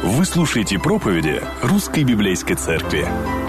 Вы слушаете проповеди Русской Библейской Церкви.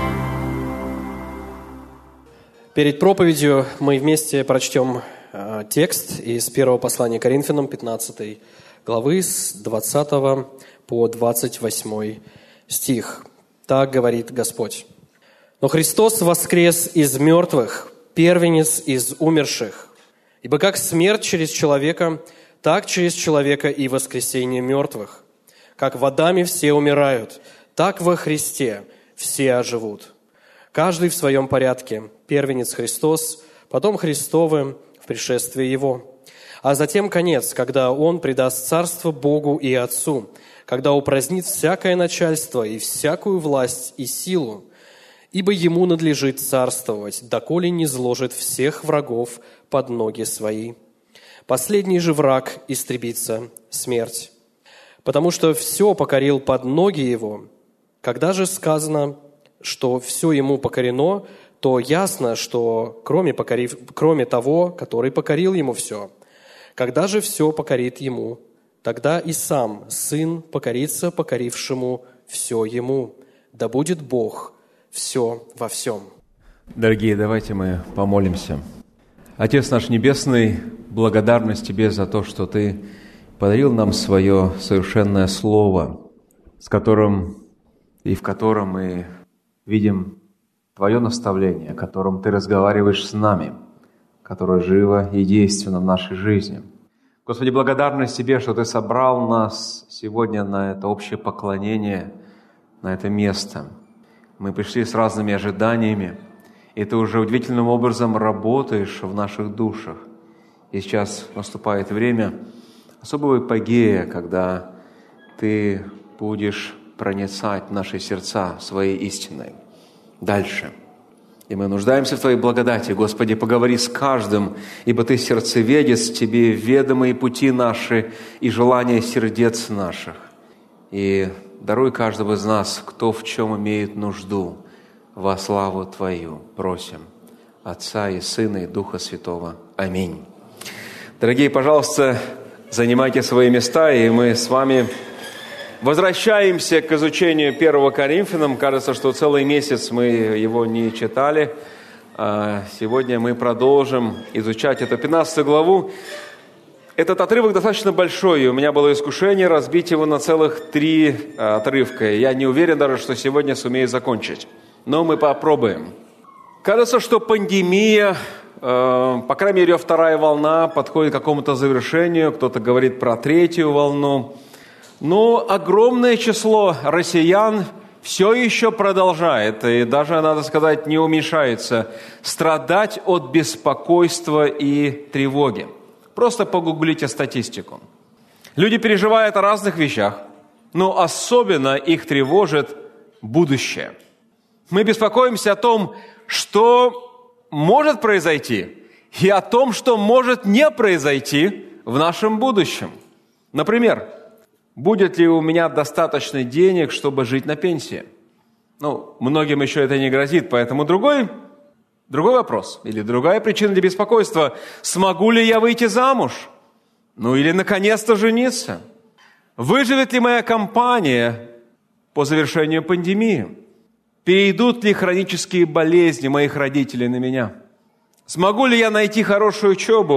Перед проповедью мы вместе прочтем текст из первого послания Коринфянам, 15 главы, с 20 по 28 стих. Так говорит Господь. «Но Христос воскрес из мертвых, первенец из умерших. Ибо как смерть через человека, так через человека и воскресение мертвых. Как в Адаме все умирают, так во Христе все оживут. Каждый в своем порядке. Первенец Христос, потом Христовы в пришествии Его. А затем конец, когда Он предаст царство Богу и Отцу, когда упразднит всякое начальство и всякую власть и силу, ибо Ему надлежит царствовать, доколе не зложит всех врагов под ноги Свои. Последний же враг истребится – смерть. Потому что все покорил под ноги Его. Когда же сказано, что все Ему покорено, то ясно, что кроме того, который покорил Ему все. Когда же все покорит Ему, тогда и сам Сын покорится покорившему все Ему. Да будет Бог все во всем». Дорогие, давайте мы помолимся. Отец наш Небесный, благодарность Тебе за то, что Ты подарил нам свое совершенное Слово, с которым и в котором мы видим Твое наставление, которым Ты разговариваешь с нами, которое живо и действенно в нашей жизни. Господи, благодарность Тебе, что Ты собрал нас сегодня на это общее поклонение, на это место. Мы пришли с разными ожиданиями, и Ты уже удивительным образом работаешь в наших душах. И сейчас наступает время особого эпогея, когда Ты будешь проницать наши сердца своей истиной дальше. И мы нуждаемся в Твоей благодати. Господи, поговори с каждым, ибо Ты сердцеведец, Тебе ведомы и пути наши, и желания сердец наших. И даруй каждого из нас, кто в чем имеет нужду, во славу Твою просим. Отца и Сына и Духа Святого. Аминь. Дорогие, пожалуйста, занимайте свои места, и мы с вами возвращаемся к изучению 1 Коринфянам. Кажется, что целый месяц мы его не читали. Сегодня мы продолжим изучать эту 15 главу. Этот отрывок достаточно большой, и у меня было искушение разбить его на целых 3 отрывка. Я не уверен даже, что сегодня сумею закончить. Но мы попробуем. Кажется, что пандемия, по крайней мере, 2-я волна подходит к какому-то завершению. Кто-то говорит про 3-ю волну. Но огромное число россиян все еще продолжает, и даже, надо сказать, не уменьшается, страдать от беспокойства и тревоги. Просто погуглите статистику. Люди переживают о разных вещах, но особенно их тревожит будущее. Мы беспокоимся о том, что может произойти, и о том, что может не произойти в нашем будущем. Например, будет ли у меня достаточно денег, чтобы жить на пенсии? Многим еще это не грозит, поэтому другой вопрос или другая причина для беспокойства. Смогу ли я выйти замуж? Или наконец-то жениться? Выживет ли моя компания по завершению пандемии? Перейдут ли хронические болезни моих родителей на меня? Смогу ли я найти хорошую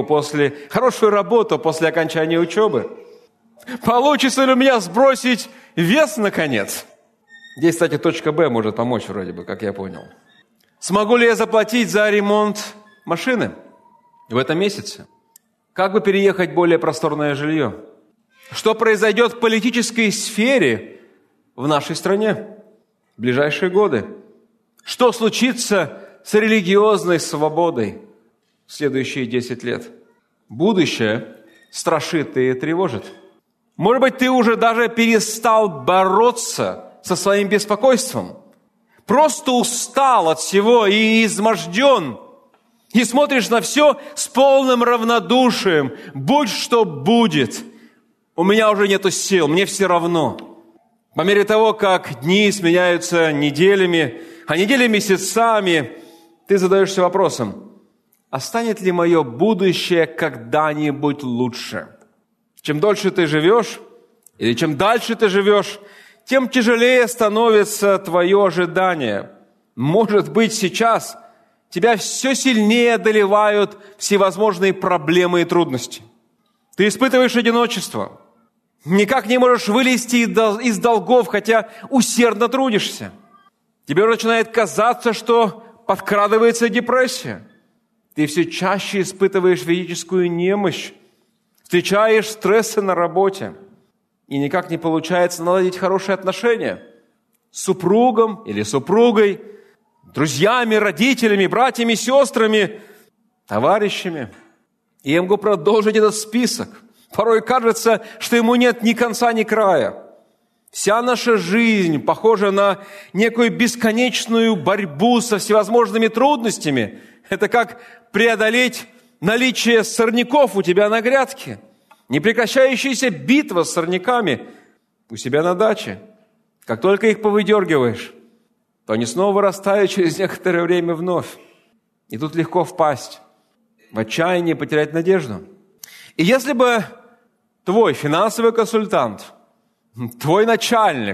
работу после окончания учебы? Получится ли у меня сбросить вес наконец? Здесь, кстати, точка Б может помочь вроде бы, как я понял. Смогу ли я заплатить за ремонт машины в этом месяце? Как бы переехать в более просторное жилье? Что произойдет в политической сфере в нашей стране в ближайшие годы? Что случится с религиозной свободой в следующие 10 лет? Будущее страшит и тревожит. Может быть, ты уже даже перестал бороться со своим беспокойством. Просто устал от всего и изможден. И смотришь на все с полным равнодушием. Будь что будет. У меня уже нету сил, мне все равно. По мере того, как дни сменяются неделями, а недели месяцами, ты задаешься вопросом, а станет ли мое будущее когда-нибудь лучше? Чем дольше ты живешь, или чем дальше ты живешь, тем тяжелее становится твое ожидание. Может быть, сейчас тебя все сильнее одолевают всевозможные проблемы и трудности. Ты испытываешь одиночество. Никак не можешь вылезти из долгов, хотя усердно трудишься. Тебе начинает казаться, что подкрадывается депрессия. Ты все чаще испытываешь физическую немощь, встречаешь стрессы на работе, и никак не получается наладить хорошие отношения с супругом или супругой, друзьями, родителями, братьями, сестрами, товарищами. И я могу продолжить этот список. Порой кажется, что ему нет ни конца, ни края. Вся наша жизнь похожа на некую бесконечную борьбу со всевозможными трудностями. Это как преодолеть наличие сорняков у тебя на грядке. Непрекращающаяся битва с сорняками у себя на даче. Как только их повыдергиваешь, то они снова вырастают через некоторое время вновь. И тут легко впасть в отчаяние, потерять надежду. И если бы твой финансовый консультант, твой начальник,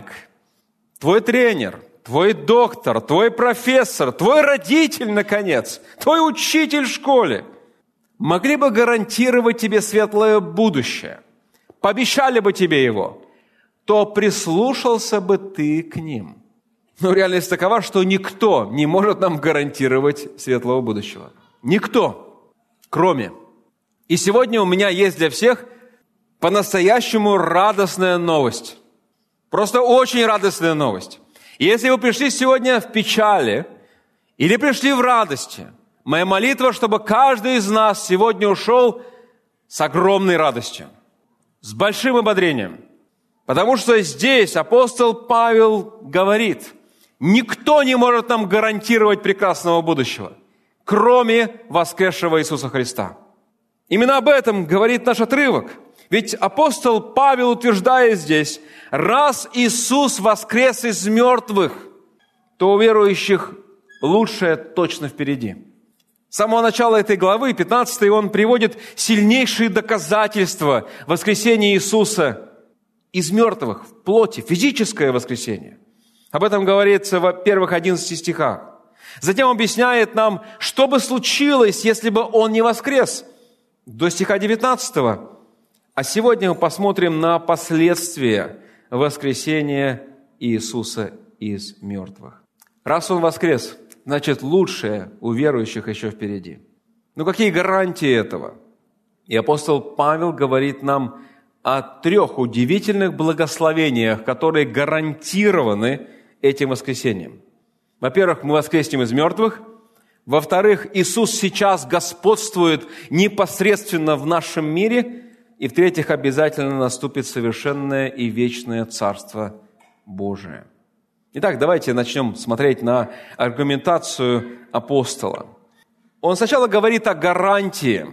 твой тренер, твой доктор, твой профессор, твой родитель, наконец, твой учитель в школе могли бы гарантировать тебе светлое будущее, пообещали бы тебе его, то прислушался бы ты к ним. Но реальность такова, что никто не может нам гарантировать светлого будущего. Никто, кроме. И сегодня у меня есть для всех по-настоящему радостная новость. Просто очень радостная новость. И если вы пришли сегодня в печали или пришли в радости, моя молитва, чтобы каждый из нас сегодня ушел с огромной радостью, с большим ободрением. Потому что здесь апостол Павел говорит, никто не может нам гарантировать прекрасного будущего, кроме воскресшего Иисуса Христа. Именно об этом говорит наш отрывок. Ведь апостол Павел утверждает здесь, раз Иисус воскрес из мертвых, то у верующих лучшее точно впереди. С самого начала этой главы, 15, он приводит сильнейшие доказательства воскресения Иисуса из мертвых, в плоти, физическое воскресение. Об этом говорится в первых 11 стихах. Затем объясняет нам, что бы случилось, если бы Он не воскрес, до стиха 19. А сегодня мы посмотрим на последствия воскресения Иисуса из мертвых. Раз Он воскрес, значит, лучшее у верующих еще впереди. Ну, какие гарантии этого? И апостол Павел говорит нам о 3 удивительных благословениях, которые гарантированы этим воскресением. Во-первых, мы воскреснем из мертвых. Во-вторых, Иисус сейчас господствует непосредственно в нашем мире. И в-третьих, обязательно наступит совершенное и вечное Царство Божие. Итак, давайте начнем смотреть на аргументацию апостола. Он сначала говорит о гарантии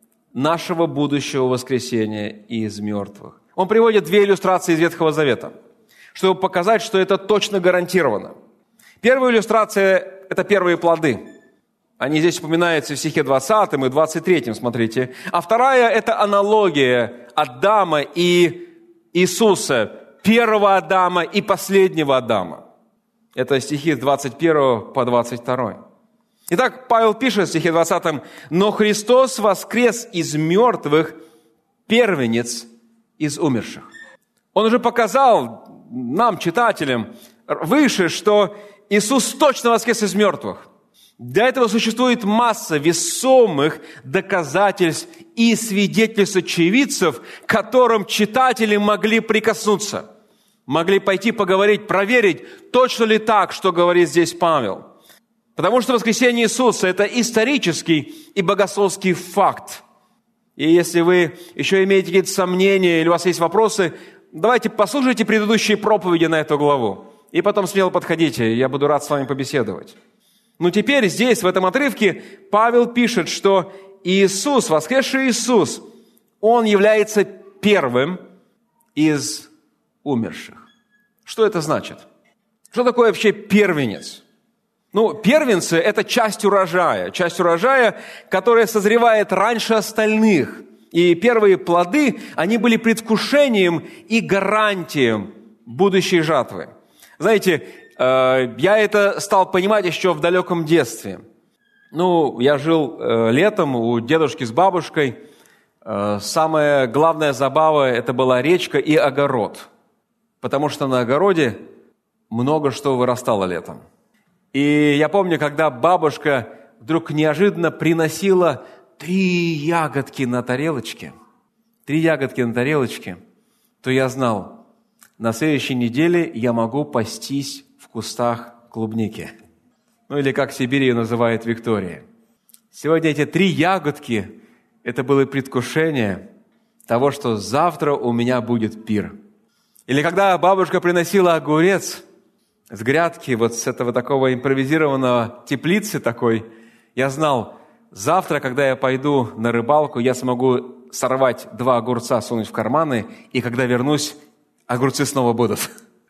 нашего будущего воскресения из мертвых. Он приводит 2 иллюстрации из Ветхого Завета, чтобы показать, что это точно гарантировано. Первая иллюстрация – это первые плоды. Они здесь упоминаются в стихе 20 и 23, смотрите. А вторая – это аналогия Адама и Иисуса, первого Адама и последнего Адама. Это стихи с 21 по 22. Итак, Павел пишет в стихе 20: «Но Христос воскрес из мертвых, первенец из умерших». Он уже показал нам, читателям, выше, что Иисус точно воскрес из мертвых. Для этого существует масса весомых доказательств и свидетельств очевидцев, к которым читатели могли прикоснуться, могли пойти поговорить, проверить, точно ли так, что говорит здесь Павел. Потому что воскресение Иисуса – это исторический и богословский факт. И если вы еще имеете какие-то сомнения или у вас есть вопросы, давайте послушайте предыдущие проповеди на эту главу. И потом смело подходите, я буду рад с вами побеседовать. Но теперь здесь, в этом отрывке, Павел пишет, что Иисус, воскресший Иисус, Он является первым из умерших. Что это значит? Что такое вообще первенец? Ну, первенцы – это часть урожая, которая созревает раньше остальных. И первые плоды, они были предвкушением и гарантием будущей жатвы. Знаете, я это стал понимать еще в далеком детстве. Я жил летом у дедушки с бабушкой. Самая главная забава – это была речка и огород. Потому что на огороде много что вырастало летом. И я помню, когда бабушка вдруг неожиданно приносила 3 ягодки на тарелочке, то я знал, на следующей неделе я могу пастись в кустах клубники. Или как в Сибири ее называет Виктория. Сегодня эти 3 ягодки – это было предвкушение того, что завтра у меня будет пир. Или когда бабушка приносила огурец с грядки, с этого такого импровизированного теплицы такой, я знал, завтра, когда я пойду на рыбалку, я смогу сорвать 2 огурца, сунуть в карманы, и когда вернусь, огурцы снова будут.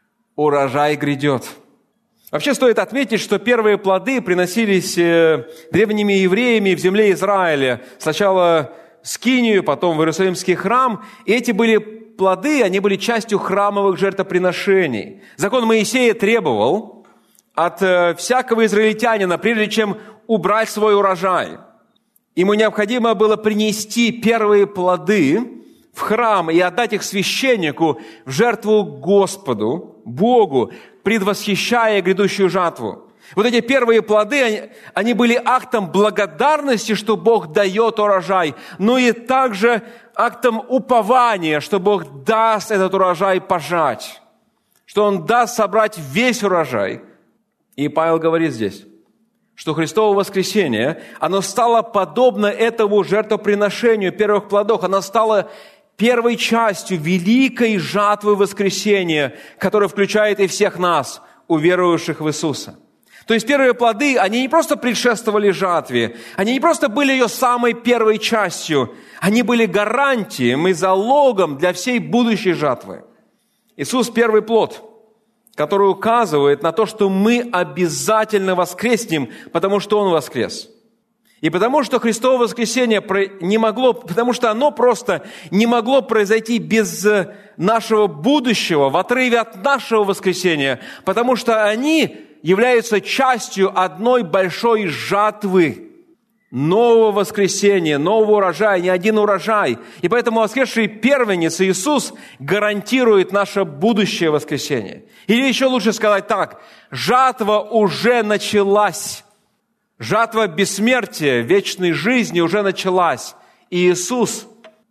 Урожай грядет. Вообще стоит отметить, что первые плоды приносились древними евреями в земле Израиля. Сначала в Скинию, потом в Иерусалимский храм. И эти были плоды, они были частью храмовых жертвоприношений. Закон Моисея требовал от всякого израильтянина, прежде чем убрать свой урожай, ему необходимо было принести первые плоды в храм и отдать их священнику в жертву Господу, Богу, предвосхищая грядущую жатву. Вот эти первые плоды, они были актом благодарности, что Бог дает урожай, но и также актом упования, что Бог даст этот урожай пожать, что Он даст собрать весь урожай. И Павел говорит здесь, что Христово воскресение, оно стало подобно этому жертвоприношению первых плодов, оно стало первой частью великой жатвы воскресения, которая включает и всех нас, уверовавших в Иисуса. То есть первые плоды, они не просто предшествовали жатве, они не просто были ее самой первой частью, они были гарантием и залогом для всей будущей жатвы. Иисус – первый плод, который указывает на то, что мы обязательно воскреснем, потому что Он воскрес. И потому что Христово воскресение потому что оно просто не могло произойти без нашего будущего, в отрыве от нашего воскресения, потому что они являются частью одной большой жатвы, нового воскресения, нового урожая, не один урожай. И поэтому воскресший первенец Иисус гарантирует наше будущее воскресение. Или еще лучше сказать так, жатва уже началась. Жатва бессмертия, вечной жизни уже началась. И Иисус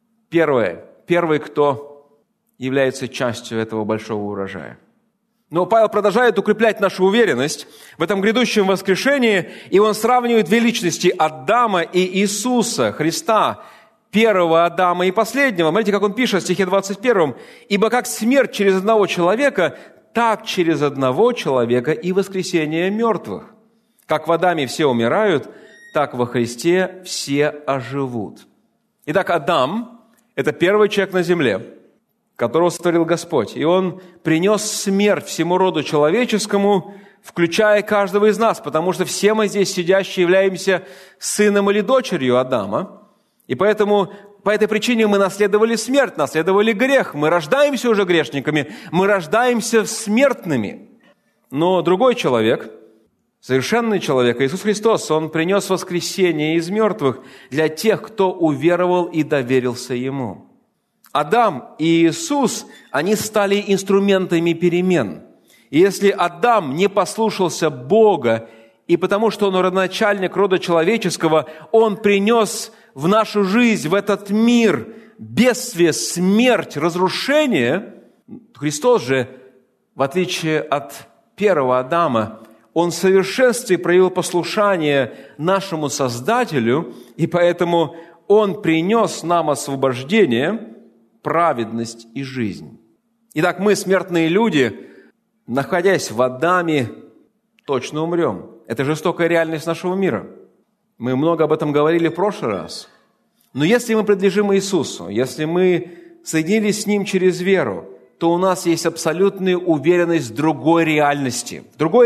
первый, кто является частью этого большого урожая. Но Павел продолжает укреплять нашу уверенность в этом грядущем воскрешении, и он сравнивает 2 личности Адама и Иисуса, Христа, первого Адама и последнего. Смотрите, как он пишет в стихе 21. «Ибо как смерть через одного человека, так через одного человека и воскресение мертвых. Как в Адаме все умирают, так во Христе все оживут». Итак, Адам – это первый человек на земле, которого сотворил Господь. И Он принес смерть всему роду человеческому, включая каждого из нас, потому что все мы здесь сидящие являемся сыном или дочерью Адама. И поэтому по этой причине мы наследовали смерть, наследовали грех. Мы рождаемся уже грешниками, мы рождаемся смертными. Но другой человек, совершенный человек, Иисус Христос, Он принес воскресение из мертвых для тех, кто уверовал и доверился Ему. Адам и Иисус, они стали инструментами перемен. И если Адам не послушался Бога, и потому что он родоначальник рода человеческого, он принес в нашу жизнь, в этот мир бедствие, смерть, разрушение, Христос же, в отличие от первого Адама, Он в совершенстве проявил послушание нашему Создателю, и поэтому Он принес нам освобождение, праведность и жизнь. Итак, мы, смертные люди, находясь в Адаме, точно умрем. Это жестокая реальность нашего мира. Мы много об этом говорили в прошлый раз. Но если мы принадлежим Иисусу, если мы соединились с Ним через веру, то у нас есть абсолютная уверенность в другой реальности,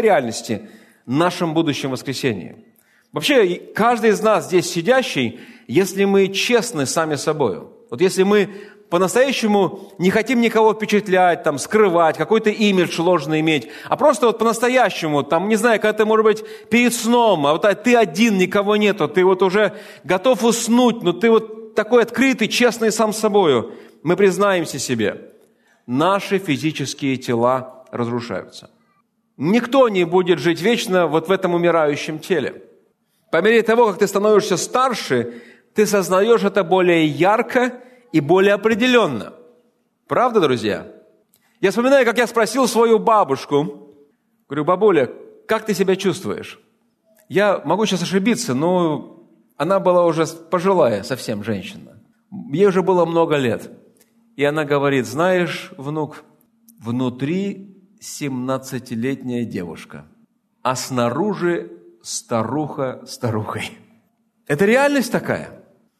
нашем будущем воскресении. Вообще, каждый из нас здесь сидящий, если мы честны сами собой, вот если мы по-настоящему не хотим никого впечатлять, там, скрывать, какой-то имидж ложный иметь, а просто вот по-настоящему, там, не знаю, когда ты, может быть, перед сном, а вот ты один, никого нету, ты вот уже готов уснуть, но ты вот такой открытый, честный сам с собою. Мы признаемся себе, наши физические тела разрушаются. Никто не будет жить вечно вот в этом умирающем теле. По мере того, как ты становишься старше, ты сознаешь это более ярко и более определенно. Правда, друзья? Я вспоминаю, как я спросил свою бабушку, говорю: бабуля, как ты себя чувствуешь? Я могу сейчас ошибиться, но она была уже пожилая совсем женщина. Ей уже было много лет. И она говорит: знаешь, внук, внутри 17-летняя девушка, а снаружи старуха старухой. Это реальность такая.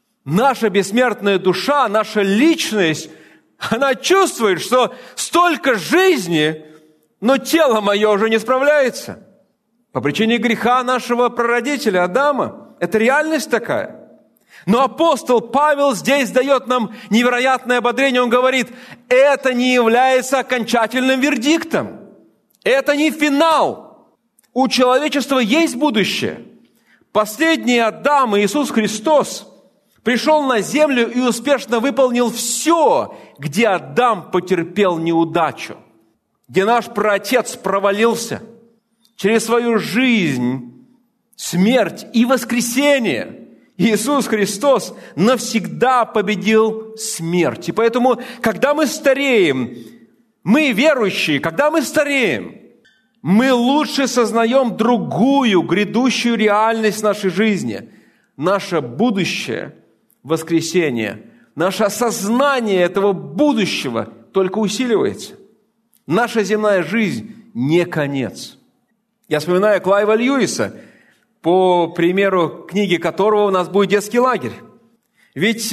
Наша бессмертная душа, наша личность, она чувствует, что столько жизни, но тело мое уже не справляется. По причине греха нашего прародителя Адама. Это реальность такая. Но апостол Павел здесь дает нам невероятное ободрение. Он говорит: это не является окончательным вердиктом. Это не финал. У человечества есть будущее. Последний Адам, Иисус Христос, пришел на землю и успешно выполнил все, где Адам потерпел неудачу, где наш праотец провалился. Через свою жизнь, смерть и воскресение Иисус Христос навсегда победил смерть. И поэтому, когда мы стареем, мы верующие, когда мы стареем, мы лучше сознаем другую, грядущую реальность нашей жизни. Наше будущее – воскресение. Наше осознание этого будущего только усиливается. Наша земная жизнь не конец. Я вспоминаю Клайва Льюиса, по примеру книги которого у нас будет детский лагерь. Ведь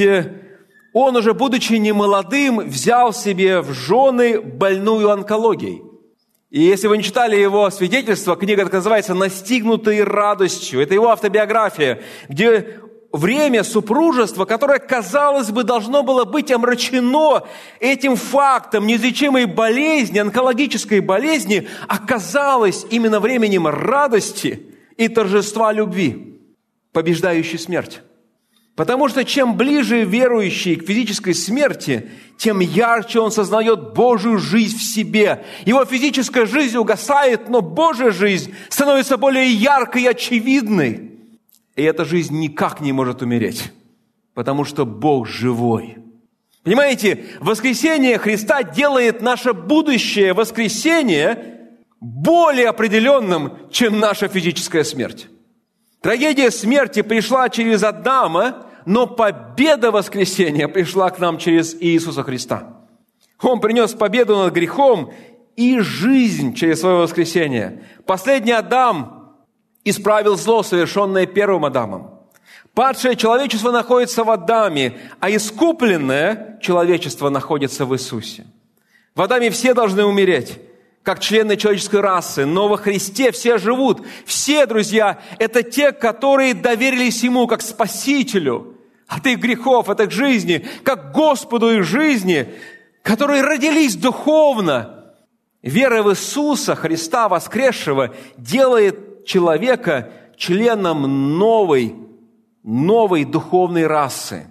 он, уже будучи немолодым, взял себе в жены больную онкологией. И если вы не читали его свидетельство, книга так называется «Настигнутые радостью». Это его автобиография, где время супружества, которое, казалось бы, должно было быть омрачено этим фактом неизлечимой болезни, онкологической болезни, оказалось именно временем радости и торжества любви, побеждающей смерть. Потому что чем ближе верующий к физической смерти, тем ярче он сознает Божию жизнь в себе. Его физическая жизнь угасает, но Божья жизнь становится более яркой и очевидной. И эта жизнь никак не может умереть, потому что Бог живой. Понимаете, воскресение Христа делает наше будущее воскресение более определенным, чем наша физическая смерть. Трагедия смерти пришла через Адама, но победа воскресения пришла к нам через Иисуса Христа. Он принес победу над грехом и жизнь через свое воскресение. Последний Адам исправил зло, совершенное первым Адамом. Падшее человечество находится в Адаме, а искупленное человечество находится в Иисусе. В Адаме все должны умереть, как члены человеческой расы, но во Христе все живут. Все, друзья, это те, которые доверились Ему как Спасителю от их грехов, от их жизни, как Господу их жизни, которые родились духовно. Вера в Иисуса Христа воскресшего делает человека членом новой духовной расы,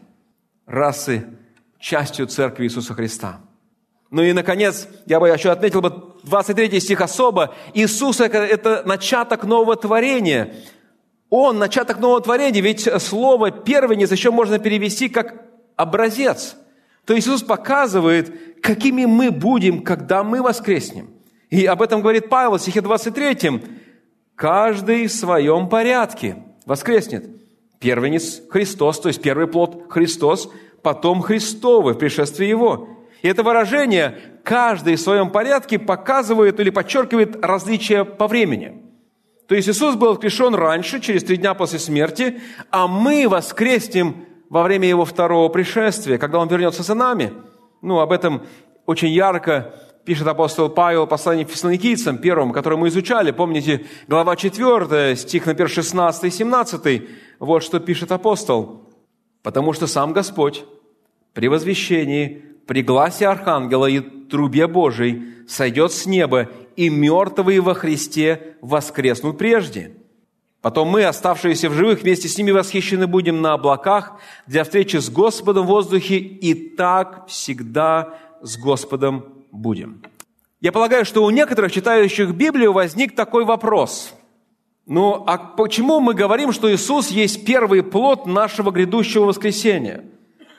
частью Церкви Иисуса Христа. Ну и, наконец, я бы еще отметил 23 стих особо. Иисус – это начаток нового творения. Он – начаток нового творения, ведь слово «первенец» еще можно перевести как «образец». То есть Иисус показывает, какими мы будем, когда мы воскреснем. И об этом говорит Павел в стихе 23. «Каждый в своем порядке воскреснет. Первенец – Христос, то есть первый плод – Христос, потом Христовы в пришествии Его». И это выражение «каждый в своем порядке» показывает или подчеркивает различия по времени. То есть Иисус был воскрешен раньше, через 3 дня после смерти, а мы воскреснем во время Его второго пришествия, когда Он вернется за нами. Об этом очень ярко пишет апостол Павел в послании к Фессалоникийцам, первому, которое мы изучали. Помните, глава 4, стих, например, 16 и 17. Вот что пишет апостол. «Потому что сам Господь при возвещении при гласе архангела и трубе Божией сойдет с неба, и мертвые во Христе воскреснут прежде. Потом мы, оставшиеся в живых, вместе с ними восхищены будем на облаках для встречи с Господом в воздухе, и так всегда с Господом будем». Я полагаю, что у некоторых читающих Библию возник такой вопрос. Ну, а почему мы говорим, что Иисус есть первый плод нашего грядущего воскресения?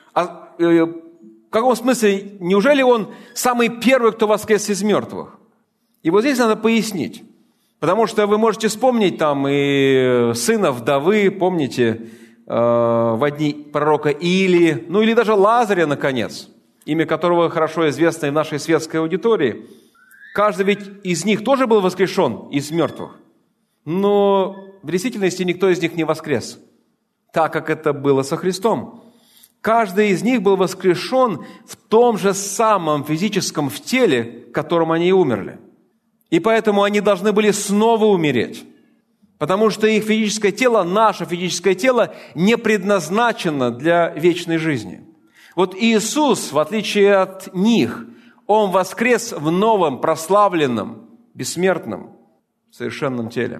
В каком смысле? Неужели Он самый первый, кто воскрес из мертвых? И вот здесь надо пояснить. Потому что вы можете вспомнить там и сына вдовы, помните, во дни пророка Илии, ну или даже Лазаря, наконец, имя которого хорошо известно и в нашей светской аудитории. Каждый ведь из них тоже был воскрешен из мертвых. Но в действительности никто из них не воскрес, так как это было со Христом. Каждый из них был воскрешен в том же самом физическом теле, в котором они и умерли. И поэтому они должны были снова умереть, потому что их физическое тело, наше физическое тело, не предназначено для вечной жизни. Вот Иисус, в отличие от них, Он воскрес в новом, прославленном, бессмертном, совершенном теле.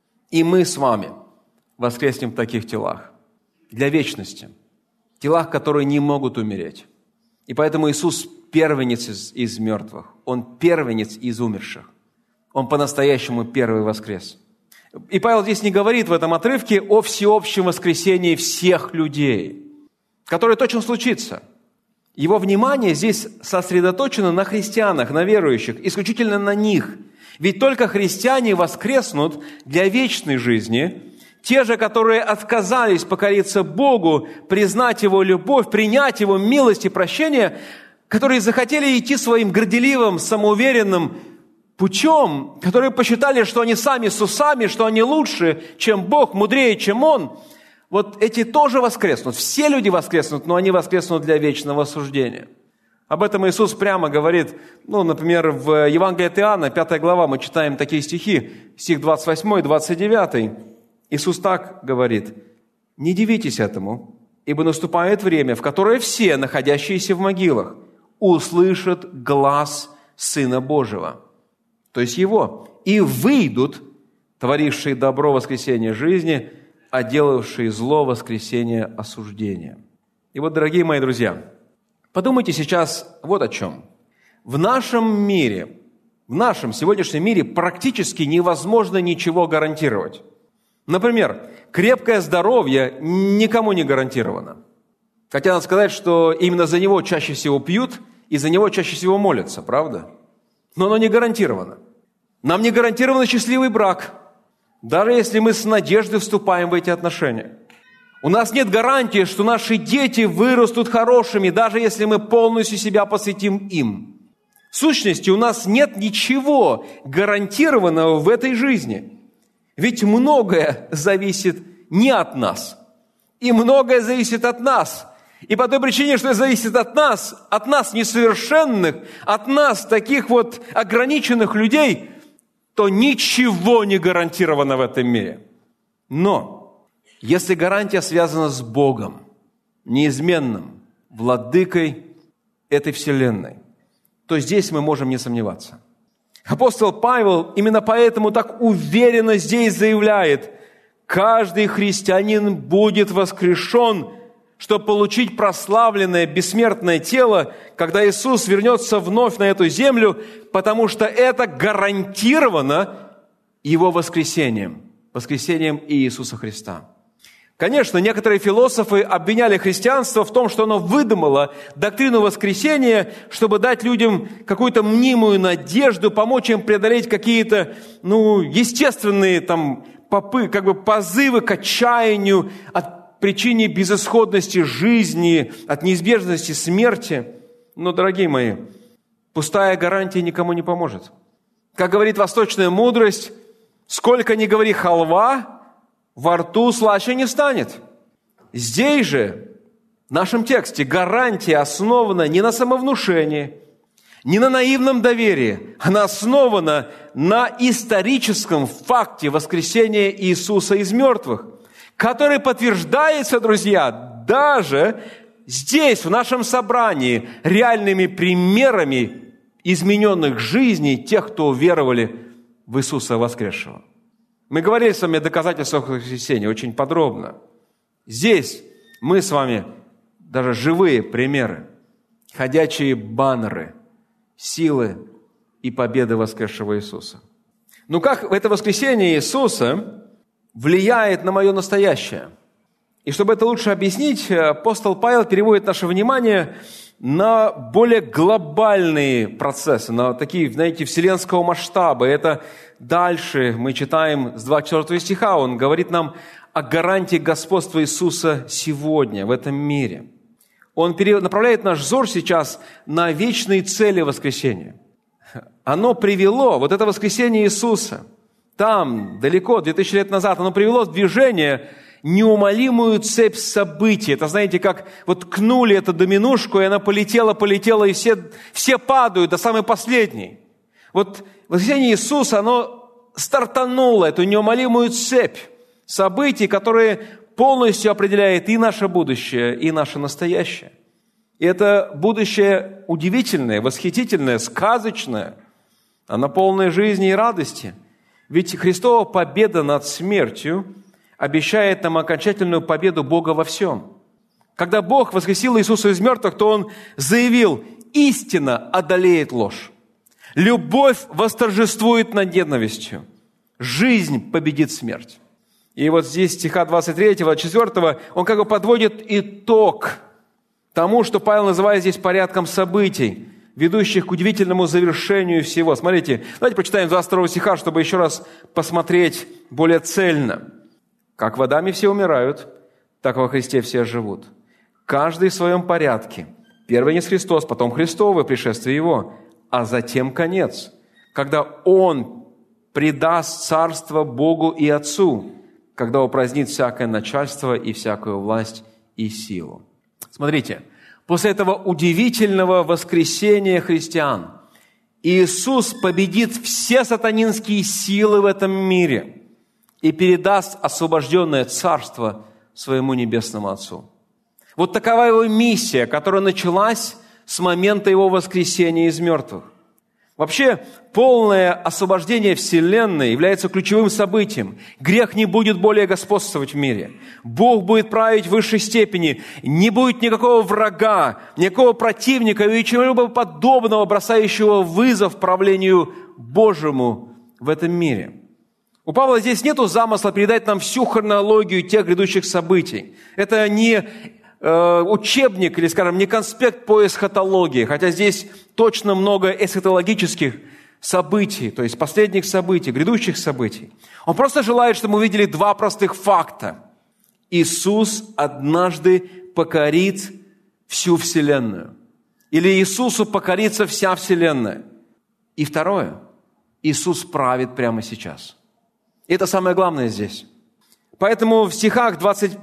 И мы с вами воскреснем в таких телах для вечности, телах, которые не могут умереть. И поэтому Иисус первенец из мертвых, Он первенец из умерших. Он по-настоящему первый воскрес. И Павел здесь не говорит в этом отрывке о всеобщем воскресении всех людей, которое точно случится. Его внимание здесь сосредоточено на христианах, на верующих, исключительно на них. Ведь только христиане воскреснут для вечной жизни, те же, которые отказались покориться Богу, признать Его любовь, принять Его милость и прощение, которые захотели идти своим горделивым, самоуверенным путем, которые посчитали, что они сами с усами, что они лучше, чем Бог, мудрее, чем Он, вот эти тоже воскреснут. Все люди воскреснут, но они воскреснут для вечного осуждения. Об этом Иисус прямо говорит, например, в Евангелии от Иоанна, 5 глава, мы читаем такие стихи, стих 28 и 29. Иисус так говорит: «Не дивитесь этому, ибо наступает время, в которое все, находящиеся в могилах, услышат глас Сына Божьего». То есть Его. «И выйдут, творившие добро воскресения жизни, а делавшие зло воскресения осуждения». И вот, дорогие мои друзья, подумайте сейчас вот о чем. В нашем мире, в нашем сегодняшнем мире практически невозможно ничего гарантировать. Например, крепкое здоровье никому не гарантировано. Хотя надо сказать, что именно за него чаще всего пьют и за него чаще всего молятся, правда? Но оно не гарантировано. Нам не гарантирован счастливый брак, даже если мы с надеждой вступаем в эти отношения. У нас нет гарантии, что наши дети вырастут хорошими, даже если мы полностью себя посвятим им. В сущности, у нас нет ничего гарантированного в этой жизни. Ведь многое зависит не от нас, и многое зависит от нас. И по той причине, что зависит от нас несовершенных, от нас, таких вот ограниченных людей, то ничего не гарантировано в этом мире. Но если гарантия связана с Богом, неизменным владыкой этой вселенной, то здесь мы можем не сомневаться. Апостол Павел именно поэтому так уверенно здесь заявляет: каждый христианин будет воскрешен, чтобы получить прославленное бессмертное тело, когда Иисус вернется вновь на эту землю, потому что это гарантировано Его воскресением Иисуса Христа. Конечно, некоторые философы обвиняли христианство в том, что оно выдумало доктрину воскресения, чтобы дать людям какую-то мнимую надежду, помочь им преодолеть какие-то, естественные позывы к отчаянию от причине безысходности жизни, от неизбежности смерти. Но, дорогие мои, пустая гарантия никому не поможет. Как говорит восточная мудрость, сколько ни говори халва, во рту слаще не станет. Здесь же, в нашем тексте, гарантия основана не на самовнушении, не на наивном доверии. Она основана на историческом факте воскресения Иисуса из мертвых, который подтверждается, друзья, даже здесь, в нашем собрании, реальными примерами измененных жизней тех, кто уверовали в Иисуса воскресшего. Мы говорили с вами о доказательствах воскресения очень подробно. Здесь мы с вами даже живые примеры, ходячие баннеры силы и победы воскресшего Иисуса. Но как это воскресение Иисуса влияет на мое настоящее? И чтобы это лучше объяснить, апостол Павел переводит наше внимание на более глобальные процессы, на такие, знаете, вселенского масштаба. Это дальше мы читаем с 24 стиха, он говорит нам о гарантии господства Иисуса сегодня, в этом мире. Он направляет наш взор сейчас на вечные цели воскресения. Оно привело, вот это воскресение Иисуса, там, далеко, 2000 лет назад, оно привело в движение неумолимую цепь событий. Это, знаете, как вот ткнули эту доминушку, и она полетела, и все падают до самой последней. Вот воскресение Иисуса, оно стартануло эту неумолимую цепь событий, которые полностью определяют и наше будущее, и наше настоящее. И это будущее удивительное, восхитительное, сказочное, оно полное жизни и радости. Ведь Христова победа над смертью обещает нам окончательную победу Бога во всем. Когда Бог воскресил Иисуса из мертвых, то Он заявил: истина одолеет ложь. Любовь восторжествует над ненавистью. Жизнь победит смерть. И вот здесь стиха 23-4 он как бы подводит итог тому, что Павел называет здесь порядком событий, ведущих к удивительному завершению всего. Смотрите, давайте почитаем 22 стиха, чтобы еще раз посмотреть более цельно. «Как в Адаме все умирают, так во Христе все живут. Каждый в своем порядке. Первенец Христос, потом Христово пришествие Его, а затем конец, когда Он предаст царство Богу и Отцу, когда упразднит всякое начальство и всякую власть и силу». Смотрите, после этого удивительного воскресения христиан Иисус победит все сатанинские силы в этом мире и передаст освобожденное царство своему небесному Отцу. Вот такова его миссия, которая началась с момента его воскресения из мертвых. Вообще, полное освобождение Вселенной является ключевым событием. Грех не будет более господствовать в мире. Бог будет править в высшей степени. Не будет никакого врага, никакого противника или чего-либо подобного, бросающего вызов правлению Божьему в этом мире. У Павла здесь нету замысла передать нам всю хронологию тех грядущих событий. Это не учебник или, скажем, не конспект по эсхатологии, хотя здесь точно много эсхатологических событий, то есть последних событий, грядущих событий. Он просто желает, чтобы мы увидели два простых факта. Иисус однажды покорит всю Вселенную. Или Иисусу покорится вся Вселенная. И второе, Иисус правит прямо сейчас. И это самое главное здесь. Поэтому в стихах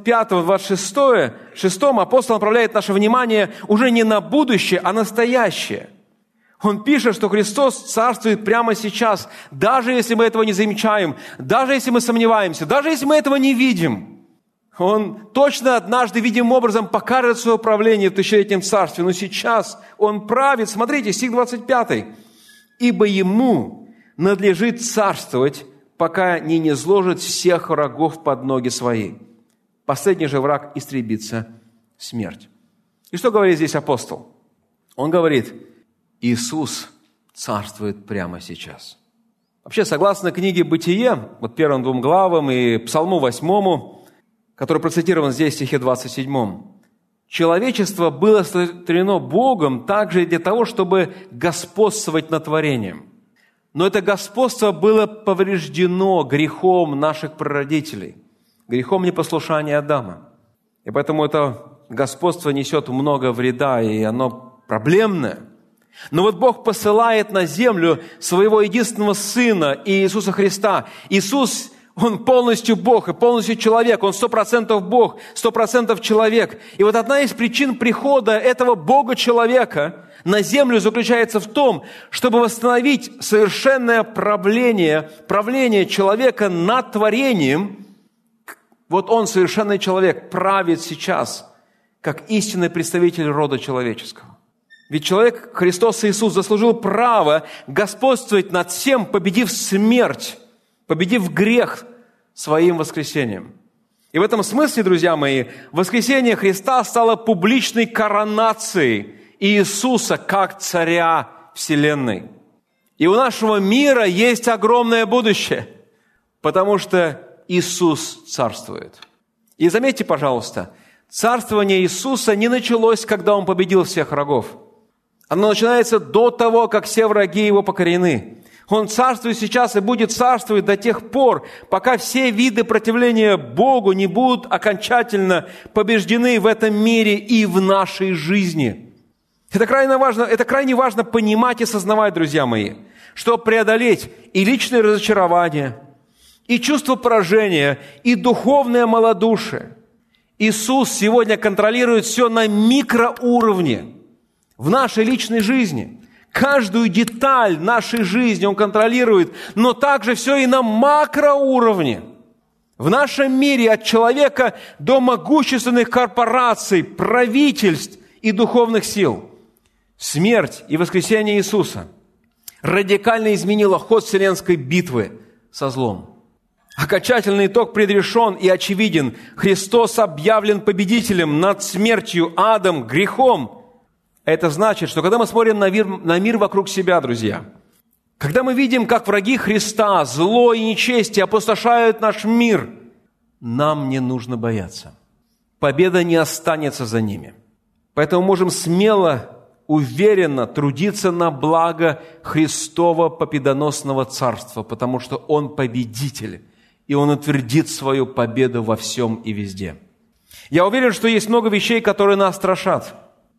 25-26 апостол направляет наше внимание уже не на будущее, а на настоящее. Он пишет, что Христос царствует прямо сейчас, даже если мы этого не замечаем, даже если мы сомневаемся, даже если мы этого не видим. Он точно однажды видимым образом покажет свое правление в тысячелетнем царстве, но сейчас Он правит. Смотрите, стих 25. «Ибо Ему надлежит царствовать, пока не низложит всех врагов под ноги свои. Последний же враг истребится — смерть». И что говорит здесь апостол? Он говорит: Иисус царствует прямо сейчас. Вообще, согласно книге «Бытие», вот первым 2 главам и Псалму 8, который процитирован здесь в стихе 27, человечество было сотворено Богом также для того, чтобы господствовать над творением. Но это господство было повреждено грехом наших прародителей, грехом непослушания Адама. И поэтому это господство несет много вреда, и оно проблемное. Но вот Бог посылает на землю своего единственного Сына, Иисуса Христа. Иисус, Он полностью Бог и полностью человек. Он 100% Бог, 100% человек. И вот одна из причин прихода этого Бога-человека на землю заключается в том, чтобы восстановить совершенное правление человека над творением. Вот Он, совершенный человек, правит сейчас как истинный представитель рода человеческого. Ведь человек, Христос Иисус, заслужил право господствовать над всем, победив смерть, победив грех своим воскресением. И в этом смысле, друзья мои, воскресение Христа стало публичной коронацией Иисуса как царя вселенной. И у нашего мира есть огромное будущее, потому что Иисус царствует. И заметьте, пожалуйста, царствование Иисуса не началось, когда Он победил всех врагов. Оно начинается до того, как все враги Его покорены. Он царствует сейчас и будет царствовать до тех пор, пока все виды противления Богу не будут окончательно побеждены в этом мире и в нашей жизни. Это крайне важно понимать и сознавать, друзья мои, что преодолеть и личные разочарования, и чувство поражения, и духовное малодушие. Иисус сегодня контролирует все на микроуровне в нашей личной жизни. Каждую деталь нашей жизни Он контролирует, но также все и на макроуровне. В нашем мире от человека до могущественных корпораций, правительств и духовных сил. Смерть и воскресение Иисуса радикально изменило ход вселенской битвы со злом. Окончательный итог предрешен и очевиден. Христос объявлен победителем над смертью, адом, грехом. Это значит, что когда мы смотрим на мир вокруг себя, друзья, когда мы видим, как враги Христа, зло и нечестие опустошают наш мир, нам не нужно бояться. Победа не останется за ними. Поэтому можем смело, уверенно трудиться на благо Христова победоносного царства, потому что Он победитель, и Он утвердит свою победу во всем и везде. Я уверен, что есть много вещей, которые нас страшат.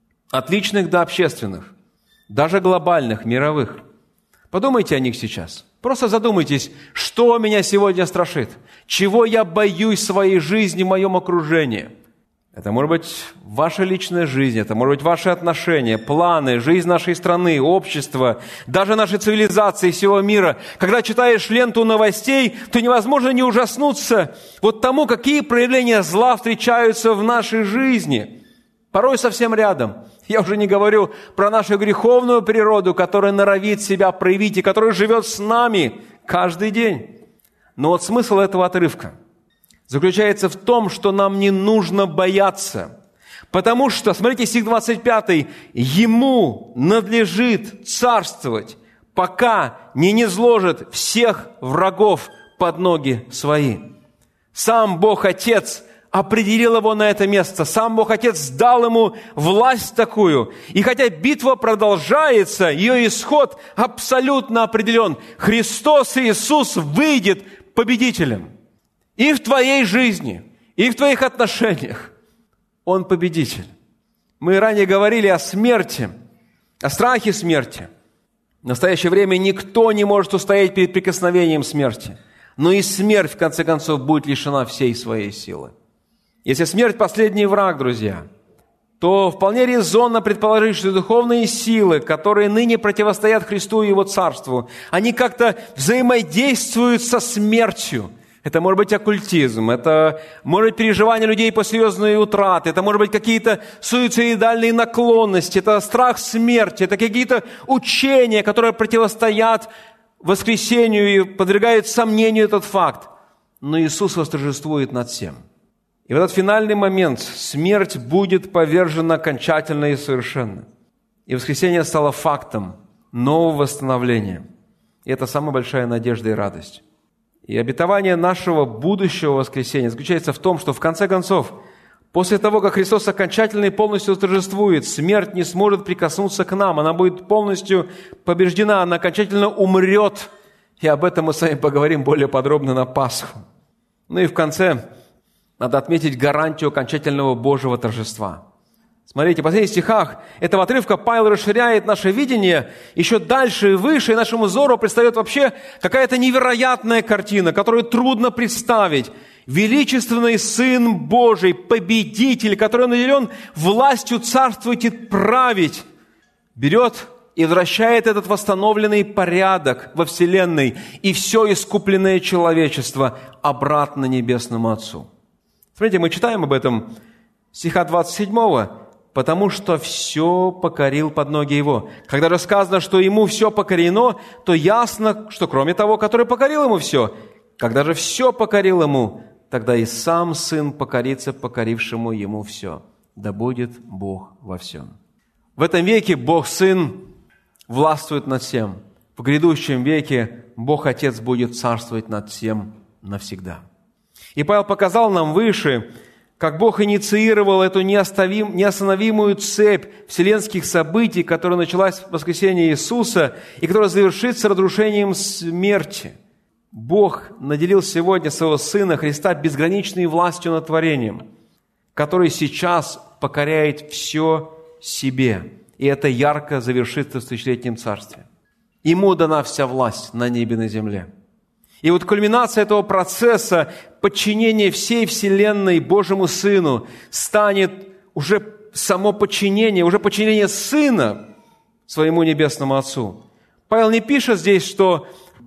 От личных до общественных, даже глобальных, мировых. Подумайте о них сейчас. Просто задумайтесь, что меня сегодня страшит, чего я боюсь в своей жизни, в моем окружении. Это может быть ваша личная жизнь, это может быть ваши отношения, планы, жизнь нашей страны, общества, даже нашей цивилизации, всего мира. Когда читаешь ленту новостей, то невозможно не ужаснуться вот тому, какие проявления зла встречаются в нашей жизни. Порой совсем рядом. Я уже не говорю про нашу греховную природу, которая норовит себя проявить и которая живет с нами каждый день. Но вот смысл этого отрывка заключается в том, что нам не нужно бояться. Потому что, смотрите, стих 25, «Ему надлежит царствовать, пока не низложит всех врагов под ноги свои». Сам Бог Отец определил его на это место. Сам Бог Отец дал ему власть такую. И хотя битва продолжается, ее исход абсолютно определен. Христос Иисус выйдет победителем. И в твоей жизни, и в твоих отношениях. Он победитель. Мы ранее говорили о смерти, о страхе смерти. В настоящее время никто не может устоять перед прикосновением смерти. Но и смерть, в конце концов, будет лишена всей своей силы. Если смерть – последний враг, друзья, то вполне резонно предположить, что духовные силы, которые ныне противостоят Христу и Его Царству, они как-то взаимодействуют со смертью. Это может быть оккультизм, это может быть переживание людей по серьезной утрате, это может быть какие-то суицидальные наклонности, это страх смерти, это какие-то учения, которые противостоят воскресению и подвергают сомнению этот факт. Но Иисус восторжествует над всем. И в этот финальный момент смерть будет повержена окончательно и совершенно. И воскресение стало фактом нового восстановления. И это самая большая надежда и радость. И обетование нашего будущего воскресения заключается в том, что в конце концов, после того, как Христос окончательно и полностью восторжествует, смерть не сможет прикоснуться к нам, она будет полностью побеждена, она окончательно умрет. И об этом мы с вами поговорим более подробно на Пасху. Ну и в конце надо отметить гарантию окончательного Божьего торжества. Смотрите, в последних стихах этого отрывка Павел расширяет наше видение еще дальше и выше, и нашему взору предстает вообще какая-то невероятная картина, которую трудно представить. Величественный Сын Божий, победитель, который наделен властью царствовать и править, берет и возвращает этот восстановленный порядок во вселенной и все искупленное человечество обратно Небесному Отцу. Смотрите, мы читаем об этом стиха 27, потому что все покорил под ноги Его. Когда же сказано, что Ему все покорено, то ясно, что кроме того, который покорил Ему все, когда же все покорил Ему, тогда и сам Сын покорится покорившему Ему все. Да будет Бог во всем. В этом веке Бог Сын властвует над всем. В грядущем веке Бог Отец будет царствовать над всем навсегда. И Павел показал нам выше, как Бог инициировал эту неостановимую цепь вселенских событий, которая началась в воскресении Иисуса и которая завершится разрушением смерти. Бог наделил сегодня своего Сына Христа безграничной властью над творением, который сейчас покоряет все себе. И это ярко завершится в тысячелетнем царстве. Ему дана вся власть на небе и на земле. И вот кульминация этого процесса подчинения всей вселенной Божьему Сыну станет уже само подчинение, уже подчинение Сына своему Небесному Отцу. Павел не пишет здесь, что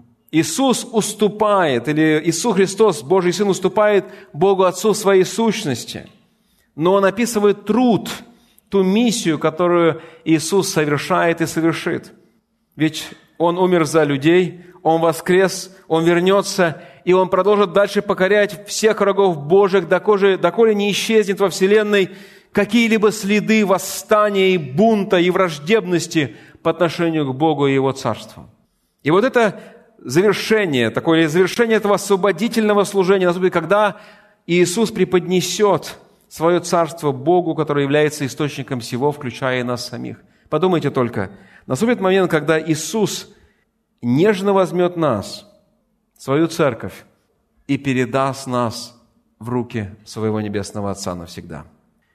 Иисус уступает, или Иисус Христос, Божий Сын, уступает Богу Отцу в своей сущности. Но он описывает труд, ту миссию, которую Иисус совершает и совершит. Ведь Он умер за людей, Он воскрес, Он вернется, и Он продолжит дальше покорять всех врагов Божьих, доколе не исчезнет во вселенной какие-либо следы восстания и бунта, и враждебности по отношению к Богу и Его Царству. И вот это завершение этого освободительного служения наступит, когда Иисус преподнесет свое царство Богу, который является источником всего, включая и нас самих. Подумайте только, наступит момент, когда Иисус нежно возьмет нас, свою церковь, и передаст нас в руки своего Небесного Отца навсегда.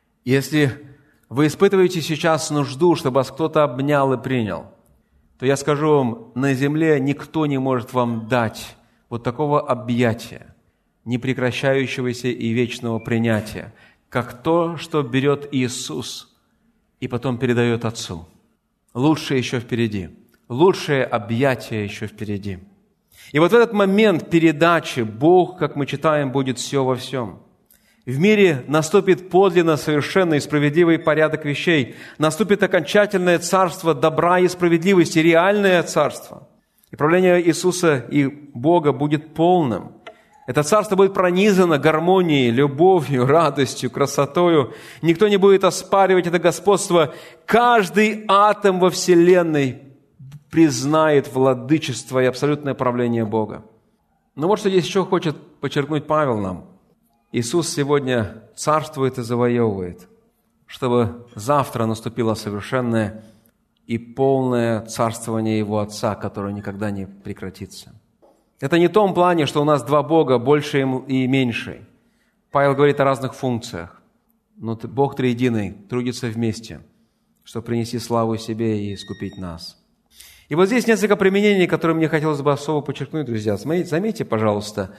Если вы испытываете сейчас нужду, чтобы вас кто-то обнял и принял, то я скажу вам, на земле никто не может вам дать вот такого объятия, непрекращающегося и вечного принятия, как то, что берет Иисус и потом передает Отцу. Лучшее еще впереди. Лучшее объятие еще впереди. И вот в этот момент передачи Бог, как мы читаем, будет все во всем. В мире наступит подлинно совершенный и справедливый порядок вещей. Наступит окончательное царство добра и справедливости, реальное царство. И правление Иисуса и Бога будет полным. Это царство будет пронизано гармонией, любовью, радостью, красотою. Никто не будет оспаривать это господство. Каждый атом во вселенной признает владычество и абсолютное правление Бога. Но вот что здесь еще хочет подчеркнуть Павел нам. Иисус сегодня царствует и завоевывает, чтобы завтра наступило совершенное и полное царствование Его Отца, которое никогда не прекратится. Это не в том плане, что у нас два Бога, больший и меньший. Павел говорит о разных функциях. Но Бог триединый трудится вместе, чтобы принести славу себе и искупить нас. И вот здесь несколько применений, которые мне хотелось бы особо подчеркнуть, друзья. Заметьте, пожалуйста,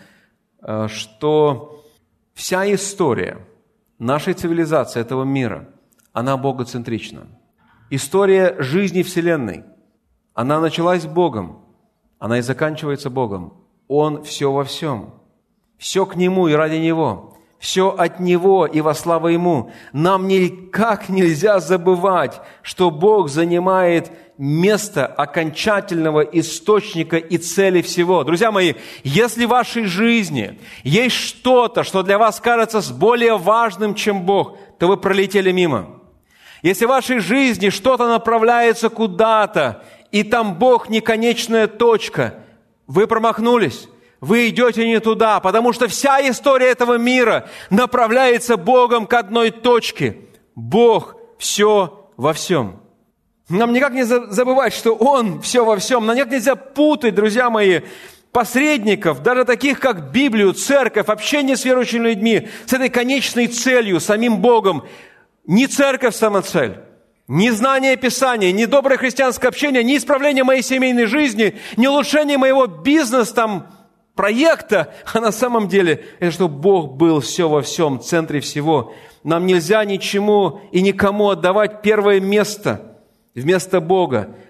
что вся история нашей цивилизации, этого мира, она богоцентрична. История жизни Вселенной, она началась Богом, она и заканчивается Богом. Он все во всем. Все к Нему и ради Него. Все от Него и во славу Ему. Нам никак нельзя забывать, что Бог занимает место окончательного источника и цели всего. Друзья мои, если в вашей жизни есть что-то, что для вас кажется более важным, чем Бог, то вы пролетели мимо. Если в вашей жизни что-то направляется куда-то, и там Бог не конечная точка, вы промахнулись. Вы идете не туда, потому что вся история этого мира направляется Богом к одной точке. Бог все во всем. Нам никак не забывать, что Он все во всем. Нам никак нельзя путать, друзья мои, посредников, даже таких, как Библию, церковь, общение с верующими людьми, с этой конечной целью, самим Богом. Не церковь самоцель, не знание Писания, не доброе христианское общение, не исправление моей семейной жизни, не улучшение моего бизнеса, проекта, а на самом деле это что Бог был все во всем, в центре всего. Нам нельзя ничему и никому отдавать первое место вместо Бога,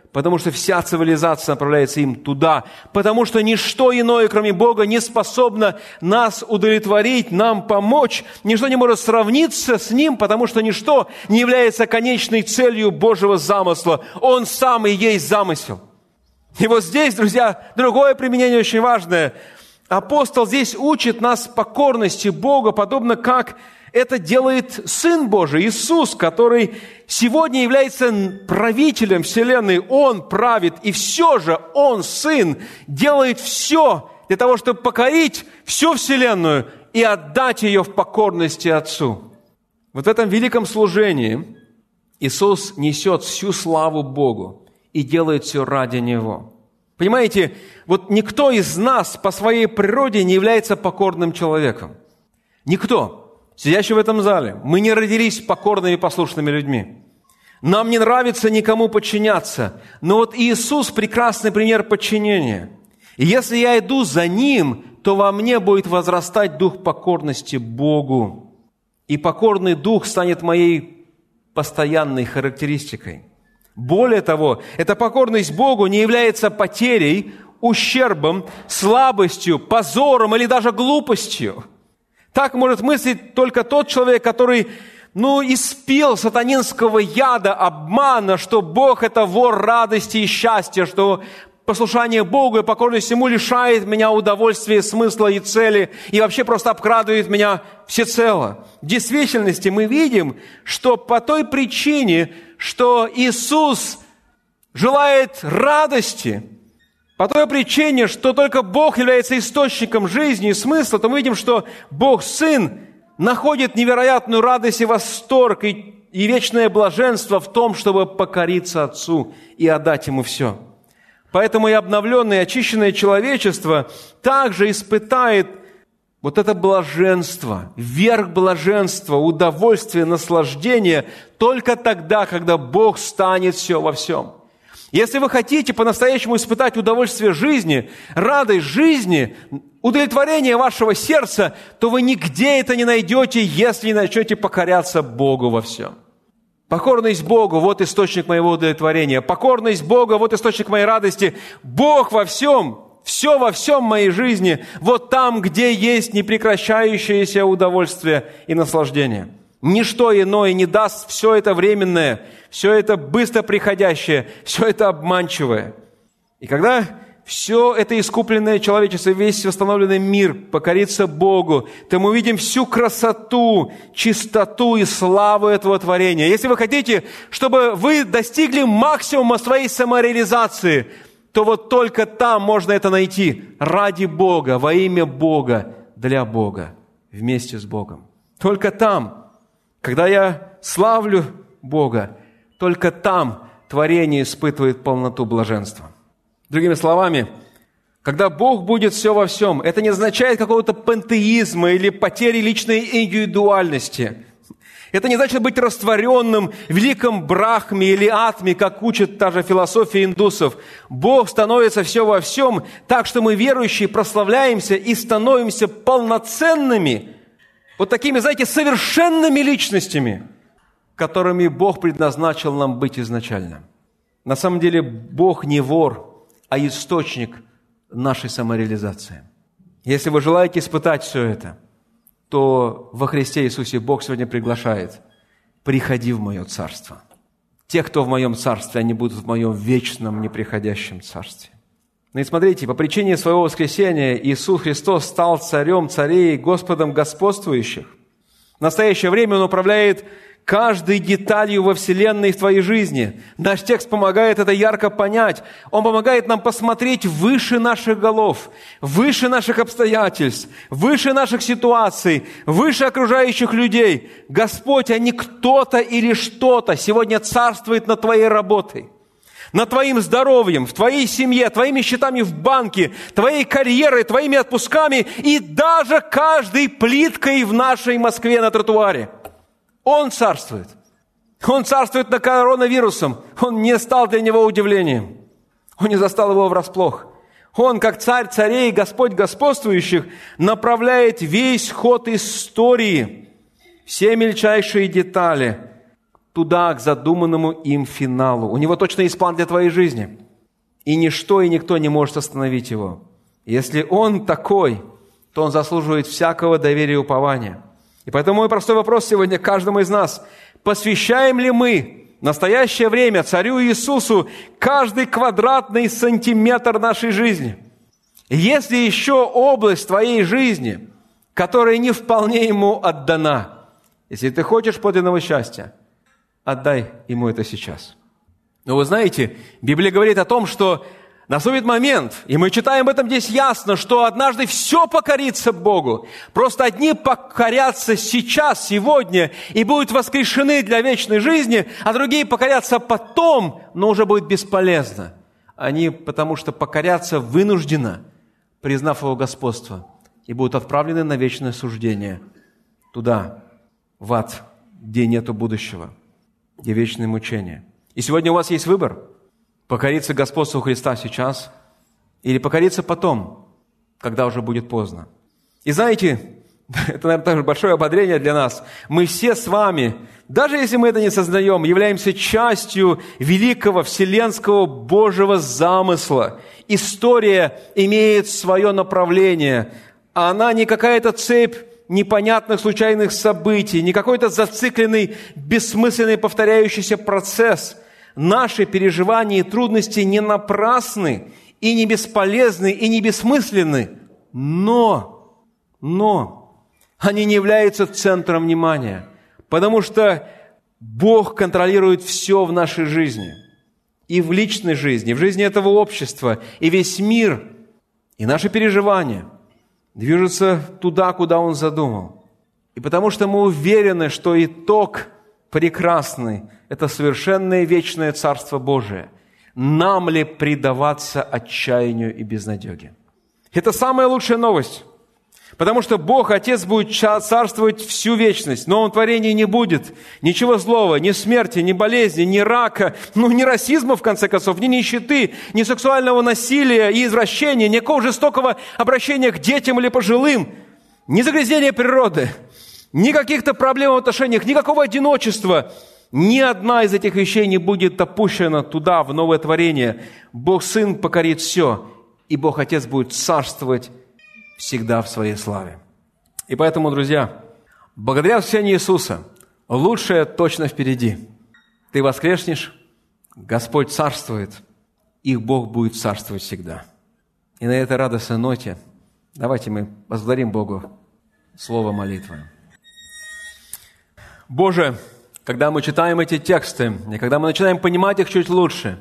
Потому что вся цивилизация направляется им туда. Потому что ничто иное, кроме Бога, не способно нас удовлетворить, нам помочь. Ничто не может сравниться с Ним, потому что ничто не является конечной целью Божьего замысла. Он сам и есть замысел. И вот здесь, друзья, другое применение очень важное. Апостол здесь учит нас покорности Бога, подобно как это делает Сын Божий, Иисус, который сегодня является правителем вселенной. Он правит, и все же Он, Сын, делает все для того, чтобы покорить всю вселенную и отдать ее в покорности Отцу. Вот в этом великом служении Иисус несет всю славу Богу и делает все ради Него. Понимаете, вот никто из нас по своей природе не является покорным человеком. Никто. Сидящий в этом зале, мы не родились покорными и послушными людьми. Нам не нравится никому подчиняться. Но вот Иисус – прекрасный пример подчинения. И если я иду за Ним, то во мне будет возрастать дух покорности Богу. И покорный дух станет моей постоянной характеристикой. Более того, эта покорность Богу не является потерей, ущербом, слабостью, позором или даже глупостью. Так может мыслить только тот человек, который, испил сатанинского яда, обмана, что Бог – это вор радости и счастья, что послушание Богу и покорность Ему лишает меня удовольствия, смысла и цели, и вообще просто обкрадывает меня всецело. В действительности мы видим, что по той причине, что Иисус желает радости, по той причине, что только Бог является источником жизни и смысла, то мы видим, что Бог Сын находит невероятную радость и восторг и вечное блаженство в том, чтобы покориться Отцу и отдать Ему все. Поэтому и обновленное, и очищенное человечество также испытает вот это блаженство, верх блаженства, удовольствие, наслаждение только тогда, когда Бог станет все во всем. Если вы хотите по-настоящему испытать удовольствие жизни, радость жизни, удовлетворение вашего сердца, то вы нигде это не найдете, если не начнете покоряться Богу во всем. Покорность Богу – вот источник моего удовлетворения. Покорность Бога – вот источник моей радости. Бог во всем, все во всем моей жизни, вот там, где есть непрекращающееся удовольствие и наслаждение. Ничто иное не даст все это временное, все это быстро приходящее, все это обманчивое. И когда все это искупленное человечество, весь восстановленный мир покорится Богу, то мы увидим всю красоту, чистоту и славу этого творения. Если вы хотите, чтобы вы достигли максимума своей самореализации, то вот только там можно это найти. Ради Бога, во имя Бога, для Бога, вместе с Богом. Только там. Когда я славлю Бога, только там творение испытывает полноту блаженства. Другими словами, когда Бог будет все во всем, это не означает какого-то пантеизма или потери личной индивидуальности. Это не значит быть растворенным в великом Брахме или Атме, как учит та же философия индусов. Бог становится все во всем, так что мы, верующие, прославляемся и становимся полноценными, вот такими, знаете, совершенными личностями, которыми Бог предназначил нам быть изначально. На самом деле Бог не вор, а источник нашей самореализации. Если вы желаете испытать все это, то во Христе Иисусе Бог сегодня приглашает: приходи в мое царство. Те, кто в моем царстве, они будут в моем вечном неприходящем царстве. Ну и смотрите, по причине своего воскресения Иисус Христос стал царем царей и Господом господствующих. В настоящее время Он управляет каждой деталью во вселенной и в твоей жизни. Наш текст помогает это ярко понять. Он помогает нам посмотреть выше наших голов, выше наших обстоятельств, выше наших ситуаций, выше окружающих людей. Господь, а не кто-то или что-то сегодня царствует над твоей работой, над твоим здоровьем, в твоей семье, твоими счетами в банке, твоей карьерой, твоими отпусками и даже каждой плиткой в нашей Москве на тротуаре. Он царствует. Он царствует над коронавирусом. Он не стал для него удивлением. Он не застал его врасплох. Он, как царь царей, Господь господствующих, направляет весь ход истории, все мельчайшие детали туда, к задуманному им финалу. У Него точно есть план для твоей жизни. И ничто и никто не может остановить Его. Если Он такой, то Он заслуживает всякого доверия и упования. И поэтому мой простой вопрос сегодня к каждому из нас. Посвящаем ли мы в настоящее время Царю Иисусу каждый квадратный сантиметр нашей жизни? Есть ли еще область твоей жизни, которая не вполне Ему отдана? Если ты хочешь подлинного счастья, отдай Ему это сейчас. Но вы знаете, Библия говорит о том, что наступит момент, и мы читаем об этом здесь ясно, что однажды все покорится Богу. Просто одни покорятся сейчас, сегодня, и будут воскрешены для вечной жизни, а другие покорятся потом, но уже будет бесполезно. Они потому что покорятся вынужденно, признав Его господство, и будут отправлены на вечное суждение туда, в ад, где нету будущего, где вечные мучения. И сегодня у вас есть выбор – покориться господству Христа сейчас или покориться потом, когда уже будет поздно. И знаете, это, наверное, также большое ободрение для нас. Мы все с вами, даже если мы это не сознаем, являемся частью великого вселенского Божьего замысла. История имеет свое направление. Она не какая-то цепь непонятных случайных событий, не какой-то зацикленный, бессмысленный повторяющийся процесс. Наши переживания и трудности не напрасны, и не бесполезны, и не бессмысленны, но они не являются центром внимания, потому что Бог контролирует все в нашей жизни, и в личной жизни, и в жизни этого общества, и весь мир, и наши переживания движутся туда, куда Он задумал. И потому что мы уверены, что итог прекрасный – это совершенное вечное Царство Божие. Нам ли предаваться отчаянию и безнадеге? Это самая лучшая новость. Потому что Бог, Отец, будет царствовать всю вечность. В новом творении не будет ничего злого, ни смерти, ни болезни, ни рака, ни расизма, в конце концов, ни нищеты, ни сексуального насилия и извращения, никакого жестокого обращения к детям или пожилым, ни загрязнения природы, ни каких-то проблем в отношениях, никакого одиночества. Ни одна из этих вещей не будет опущена туда, в новое творение. Бог Сын покорит все, и Бог Отец будет царствовать всегда в своей славе. И поэтому, друзья, благодаря воскресению Иисуса, лучшее точно впереди. Ты воскреснешь, Господь царствует, их Бог будет царствовать всегда. И на этой радостной ноте давайте мы благодарим Богу слово молитвы. Боже, когда мы читаем эти тексты, и когда мы начинаем понимать их чуть лучше,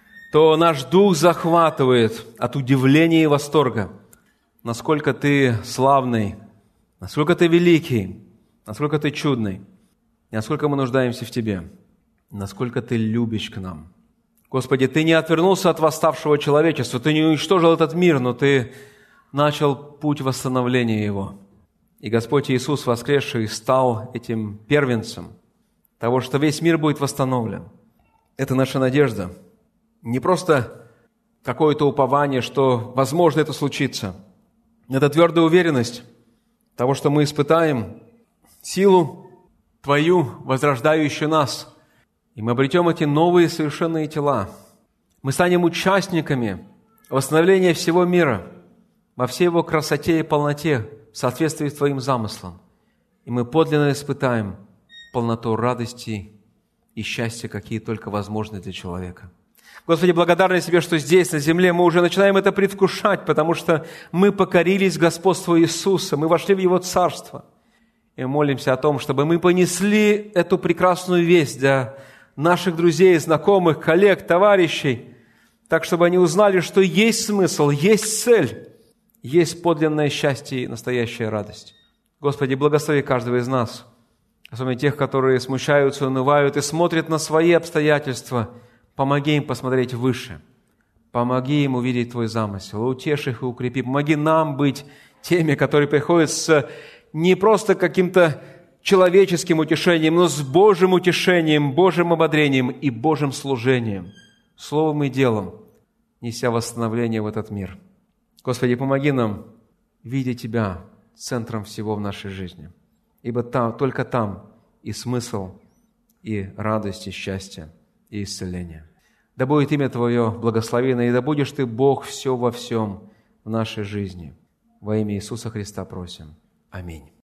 то наш дух захватывает от удивления и восторга, насколько Ты славный, насколько Ты великий, насколько Ты чудный, насколько мы нуждаемся в Тебе, насколько Ты любишь к нам. Господи, Ты не отвернулся от восставшего человечества, Ты не уничтожил этот мир, но Ты начал путь восстановления его. И Господь Иисус, воскресший, стал этим первенцем того, что весь мир будет восстановлен. Это наша надежда. Не просто какое-то упование, что возможно это случится. Это твердая уверенность того, что мы испытаем силу Твою, возрождающую нас, и мы обретем эти новые совершенные тела. Мы станем участниками восстановления всего мира во всей его красоте и полноте, в соответствии с Твоим замыслом. И мы подлинно испытаем полноту радости и счастья, какие только возможны для человека. Господи, благодарны Тебе, что здесь, на земле, мы уже начинаем это предвкушать, потому что мы покорились господству Иисуса, мы вошли в Его Царство. И молимся о том, чтобы мы понесли эту прекрасную весть для наших друзей, знакомых, коллег, товарищей, так, чтобы они узнали, что есть смысл, есть цель, есть подлинное счастье и настоящая радость. Господи, благослови каждого из нас, особенно тех, которые смущаются, унывают и смотрят на свои обстоятельства. Помоги им посмотреть выше. Помоги им увидеть Твой замысел. Утеши их и укрепи. Помоги нам быть теми, которые приходят с не просто каким-то человеческим утешением, но с Божьим утешением, Божьим ободрением и Божьим служением, словом и делом, неся восстановление в этот мир. Господи, помоги нам видеть Тебя центром всего в нашей жизни, ибо только там и смысл, и радости, счастья и исцеления. Да будет имя Твое благословено, и да будешь Ты Бог все во всем в нашей жизни. Во имя Иисуса Христа просим. Аминь.